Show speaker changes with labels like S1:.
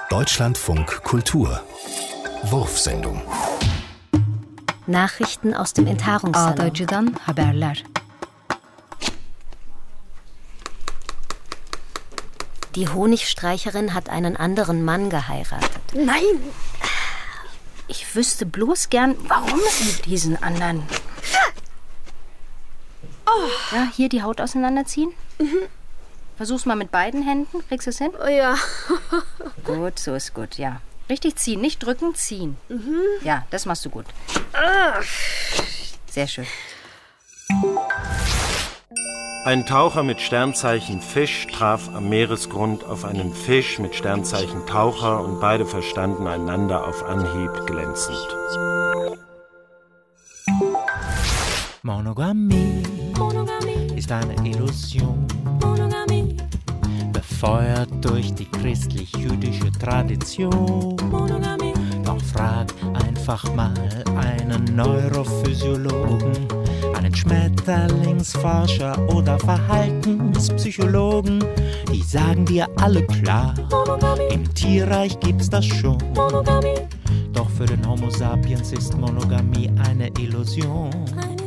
S1: Deutschlandfunk Kultur Wurfsendung.
S2: Nachrichten aus dem Enthaarungssalon.
S3: Ağdacı'dan haberler.
S2: Die Honigstreicherin hat einen anderen Mann geheiratet.
S3: Nein! Ich wüsste bloß gern, warum sie diesen anderen... Oh. Ja, hier die Haut auseinanderziehen. Mhm. Versuch's mal mit beiden Händen. Kriegst du es hin?
S2: Oh ja.
S3: Gut, so ist gut, ja. Richtig ziehen, nicht drücken, ziehen. Mhm. Ja, das machst du gut. Sehr schön.
S4: Ein Taucher mit Sternzeichen Fisch traf am Meeresgrund auf einen Fisch mit Sternzeichen Taucher und beide verstanden einander auf Anhieb glänzend.
S5: Monogamie ist eine Illusion, befeuert durch die christlich-jüdische Tradition. Doch frag einfach mal einen Neurophysiologen, einen Schmetterlingsforscher oder Verhaltenspsychologen. Die sagen dir alle klar, im Tierreich gibt's das schon. Doch für den Homo sapiens ist Monogamie eine Illusion.